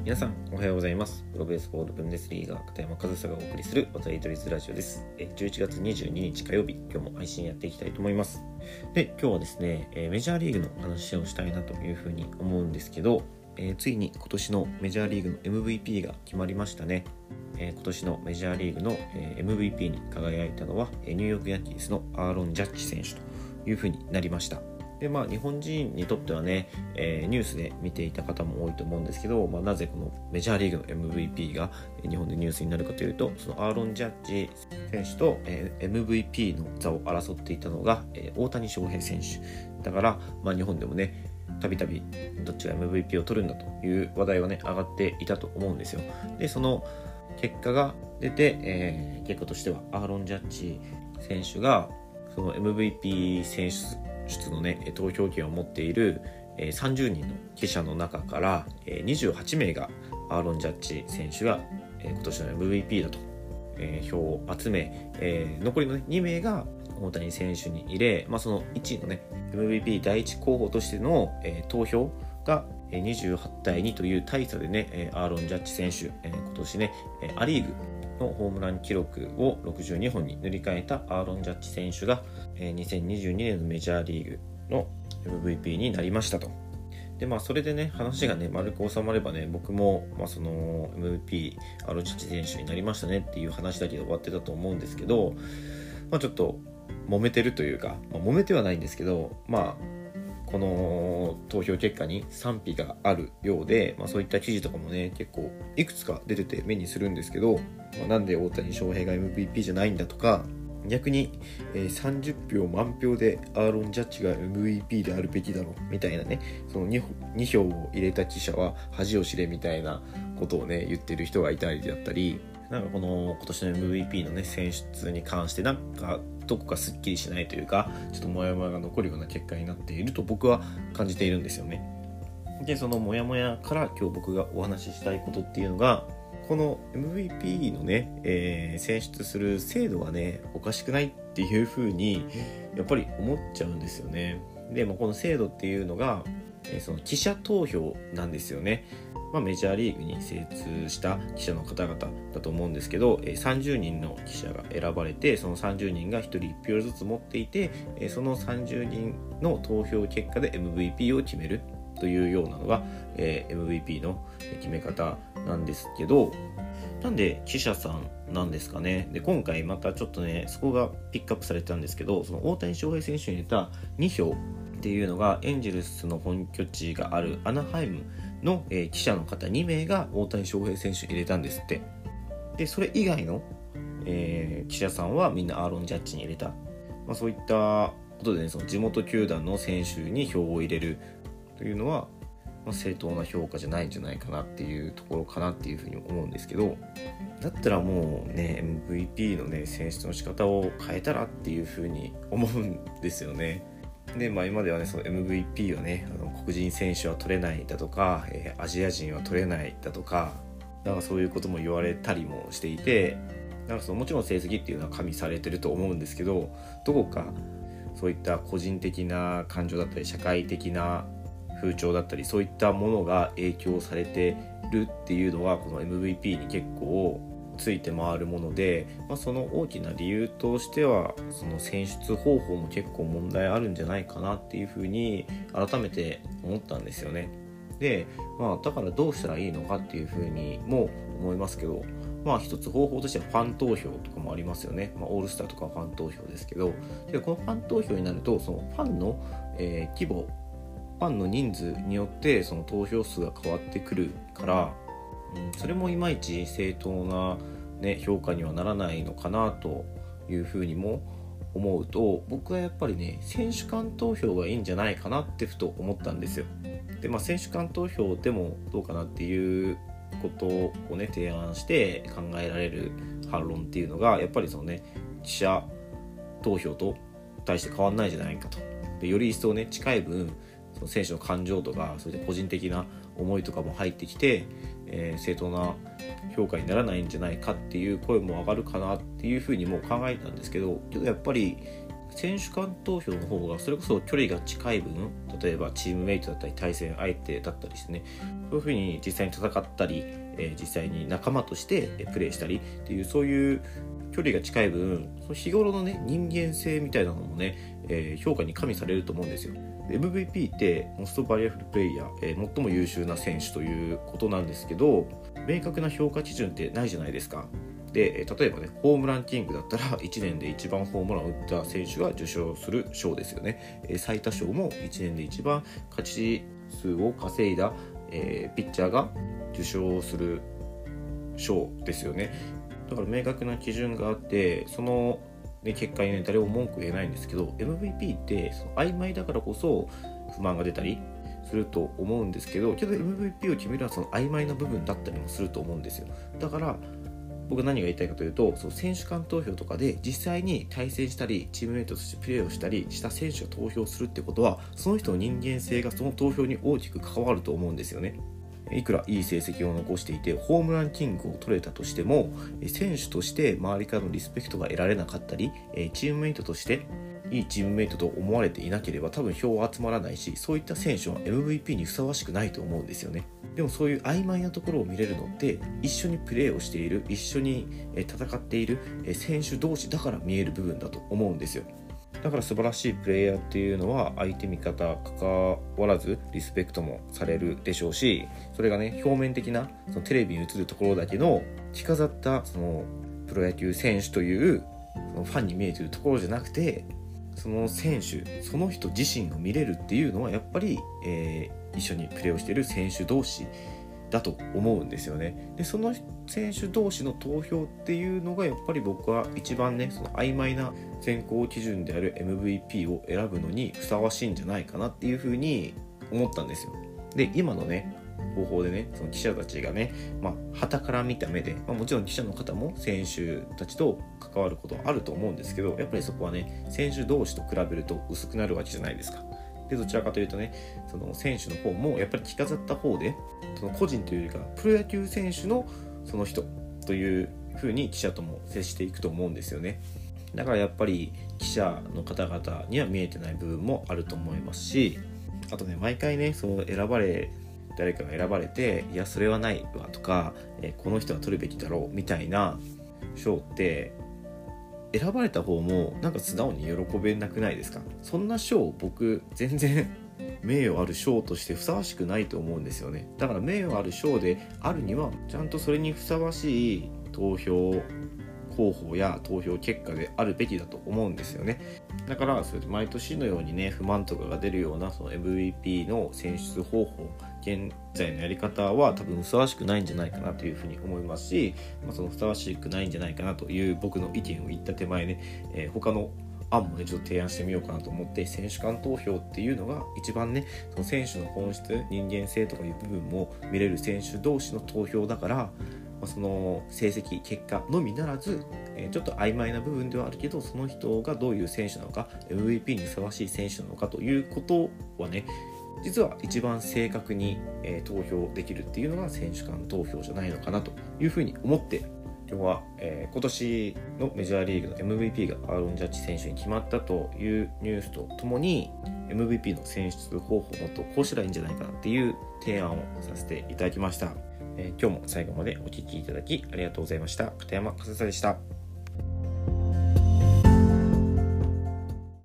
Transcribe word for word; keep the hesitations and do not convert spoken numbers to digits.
皆さんおはようございます。プロベースボールブンデスリーガ片山和沙がお送りする渡り鳥ズラジオです。じゅういちがつにじゅうににち火曜日、今日も配信やっていきたいと思います。で、今日はですね、メジャーリーグの話をしたいなというふうに思うんですけど、えー、ついに今年のメジャーリーグの エムブイピー が決まりましたね。えー、今年のメジャーリーグの、えー、エムブイピー に輝いたのはニューヨークヤンキースのアーロン・ジャッジ選手というふうになりました。でまあ、日本人にとってはね、えー、ニュースで見ていた方も多いと思うんですけど、まあ、なぜこのメジャーリーグの エムブイピー が日本でニュースになるかというと、そのアーロン・ジャッジ選手と、えー、エムブイピー の座を争っていたのが、えー、大谷翔平選手だから、まあ、日本でもねたびたびどっちが エムブイピー を取るんだという話題はね上がっていたと思うんですよ。でその結果が出て、えー、結果としてはアーロン・ジャッジ選手がその エムブイピー 選手出のね投票権を持っているさんじゅうにんの記者の中からにじゅうはちめいがアーロン・ジャッジ選手が今年の エムブイピー だと票を集め、残りのにめいが大谷選手に入れ、まあ、そのいちいのね エムブイピー 第一候補としての投票がにじゅうはちたいにという大差でねアーロン・ジャッジ選手今年ねアリーグのホームラン記録をろくじゅうにほんに塗り替えたアーロン・ジャッジ選手がにせんにじゅうにねんのメジャーリーグの エムブイピー になりましたと。でまあそれでね話がね丸く収まればね、僕もまあその エムブイピー アーロン・ジャッジ選手になりましたねっていう話だけで終わってたと思うんですけど、まあちょっと揉めてるというか、まあ、揉めてはないんですけど、まあこの投票結果に賛否があるようで、まあ、そういった記事とかもね結構いくつか出てて目にするんですけど、まあ、なんで大谷翔平が エムブイピー じゃないんだとか、逆に、えー、さんじゅっぴょう満票でアーロン・ジャッジが エムブイピー であるべきだろみたいなね、その 2, に票を入れた記者は恥を知れみたいなことをね言ってる人がいたりだったり、なんかこの今年の エムブイピー のね選出に関してなんかどこかすっきりしないというか、ちょっとモヤモヤが残るような結果になっていると僕は感じているんですよね。でそのモヤモヤから今日僕がお話ししたいことっていうのが、この エムブイピー のね、えー、選出する制度がねおかしくないっていう風にやっぱり思っちゃうんですよね。でもこの制度っていうのが、えー、その記者投票なんですよね。まあ、メジャーリーグに精通した記者の方々だと思うんですけど、さんじゅうにんの記者が選ばれて、そのさんじゅうにんがひとりいち票ずつ持っていて、そのさんじゅうにんの投票結果で エムブイピー を決めるというようなのが エムブイピー の決め方なんですけど、なんで記者さんなんですかね。で今回またちょっとねそこがピックアップされてたんですけど、その大谷翔平選手に入れたに票っていうのがエンジェルスの本拠地があるアナハイムの、えー、記者の方にめいが大谷翔平選手入れたんですって。でそれ以外の、えー、記者さんはみんなアーロン・ジャッジに入れた、まあ、そういったことでね、その地元球団の選手に票を入れるというのは、まあ、正当な評価じゃないんじゃないかなっていうところかなっていうふうに思うんですけど、だったらもうね エムブイピー のね選出の仕方を変えたらっていうふうに思うんですよね。でまあ、今ではねその エムブイピー はねあの黒人選手は取れないだとか、えー、アジア人は取れないだとか、なんかそういうことも言われたりもしていて、なんかそのもちろん成績っていうのは加味されてると思うんですけど、どこかそういった個人的な感情だったり社会的な風潮だったりそういったものが影響されてるっていうのはこの エムブイピー に結構ついて回るもので、まあ、その大きな理由としてはその選出方法も結構問題あるんじゃないかなっていうふうに改めて思ったんですよね。で、まあ、だからどうしたらいいのかっていうふうにも思いますけど、まあ一つ方法としてはファン投票とかもありますよね。まあ、オールスターとかはファン投票ですけど、でこのファン投票になるとそのファンの、えー、規模ファンの人数によってその投票数が変わってくるから、それもいまいち正当な、ね、評価にはならないのかなというふうにも思うと、僕はやっぱりね選手間投票がいいんじゃないかなってふと思ったんですよ。で、まあ、選手間投票でもどうかなっていうことをね提案して考えられる反論っていうのがやっぱりそのね記者投票と対して変わんないじゃないかと。でより一層ね近い分その選手の感情とかそういった個人的な思いとかも入ってきて、えー、正当な評価にならないんじゃないかっていう声も上がるかなっていうふうにも考えたんですけど、けどやっぱり選手間投票の方がそれこそ距離が近い分、例えばチームメイトだったり対戦相手だったりですね、そういうふうに実際に戦ったり、えー、実際に仲間としてプレーしたりっていう、そういう距離が近い分、その日頃のね人間性みたいなのもね、えー、評価に加味されると思うんですよ。エムブイピー ってモストバリアフルプレイヤー、えー、最も優秀な選手ということなんですけど、明確な評価基準ってないじゃないですか。で、例えばね、ホームランキングだったらいちねんで一番ホームランを打った選手が受賞する賞ですよね。えー、最多賞もいちねんで一番勝ち数を稼いだ、えー、ピッチャーが受賞する賞ですよね。だから明確な基準があって、その、ね、結果にね誰も文句言えないんですけど、 エムブイピー ってその曖昧だからこそ不満が出たりすると思うんですけど、けど エムブイピー を決めるのはその曖昧な部分だったりもすると思うんですよ。だから僕何が言いたいかというと、その選手間投票とかで実際に対戦したりチームメイトとしてプレーをしたりした選手が投票するってことは、その人の人間性がその投票に大きく関わると思うんですよね。いくらいい成績を残していてホームランキングを取れたとしても、選手として周りからのリスペクトが得られなかったり、チームメイトとしていいチームメイトと思われていなければ多分票は集まらないし、そういった選手は エムブイピー にふさわしくないと思うんですよね。でもそういう曖昧なところを見れるのって一緒にプレーをしている、一緒に戦っている選手同士だから見える部分だと思うんですよ。だから素晴らしいプレイヤーっていうのは相手味方関わらずリスペクトもされるでしょうし、それがね表面的なそのテレビに映るところだけの着飾ったそのプロ野球選手というそのファンに見えているところじゃなくて、その選手その人自身を見れるっていうのはやっぱり、えー、一緒にプレーをしている選手同士だと思うんですよね。でその選手同士の投票っていうのがやっぱり僕は一番ねその曖昧な選考基準である エムブイピー を選ぶのにふさわしいんじゃないかなっていうふうに思ったんですよ。で今のね方法でねその記者たちがね、まあ傍から見た目で、まあ、もちろん記者の方も選手たちと関わることはあると思うんですけど、やっぱりそこはね選手同士と比べると薄くなるわけじゃないですか。でどちらかというとねその選手の方もやっぱり着飾った方で、その個人というよりかプロ野球選手のその人という風に記者とも接していくと思うんですよね。だからやっぱり記者の方々には見えてない部分もあると思いますし、あとね毎回ねその選ばれ誰かが選ばれていやそれはないわとか、えこの人は取るべきだろうみたいな賞って選ばれた方もなんか素直に喜べなくないですか。そんな賞僕全然名誉ある賞としてふさわしくないと思うんですよね。だから名誉ある賞であるにはちゃんとそれにふさわしい投票方法や投票結果であるべきだと思うんですよね。だからそれで毎年のようにね不満とかが出るようなその エムブイピー の選出方法、現在のやり方は多分ふさわしくないんじゃないかなというふうに思いますし、まあ、そのふさわしくないんじゃないかなという僕の意見を言った手前ね、えー、他の案もねちょっと提案してみようかなと思って、選手間投票っていうのが一番ねその選手の本質、人間性とかいう部分も見れる選手同士の投票だから、まあ、その成績結果のみならず、えー、ちょっと曖昧な部分ではあるけどその人がどういう選手なのか エムブイピー にふさわしい選手なのかということはね実は一番正確に、えー、投票できるっていうのが選手間投票じゃないのかなというふうに思って、今日は、えー、今年のメジャーリーグの エムブイピー がアーロン・ジャッジ選手に決まったというニュースとともに エムブイピー の選出方法をもっとこうしたらいいんじゃないかなっていう提案をさせていただきました。えー、今日も最後までお聞きいただきありがとうございました。片山和沙でした。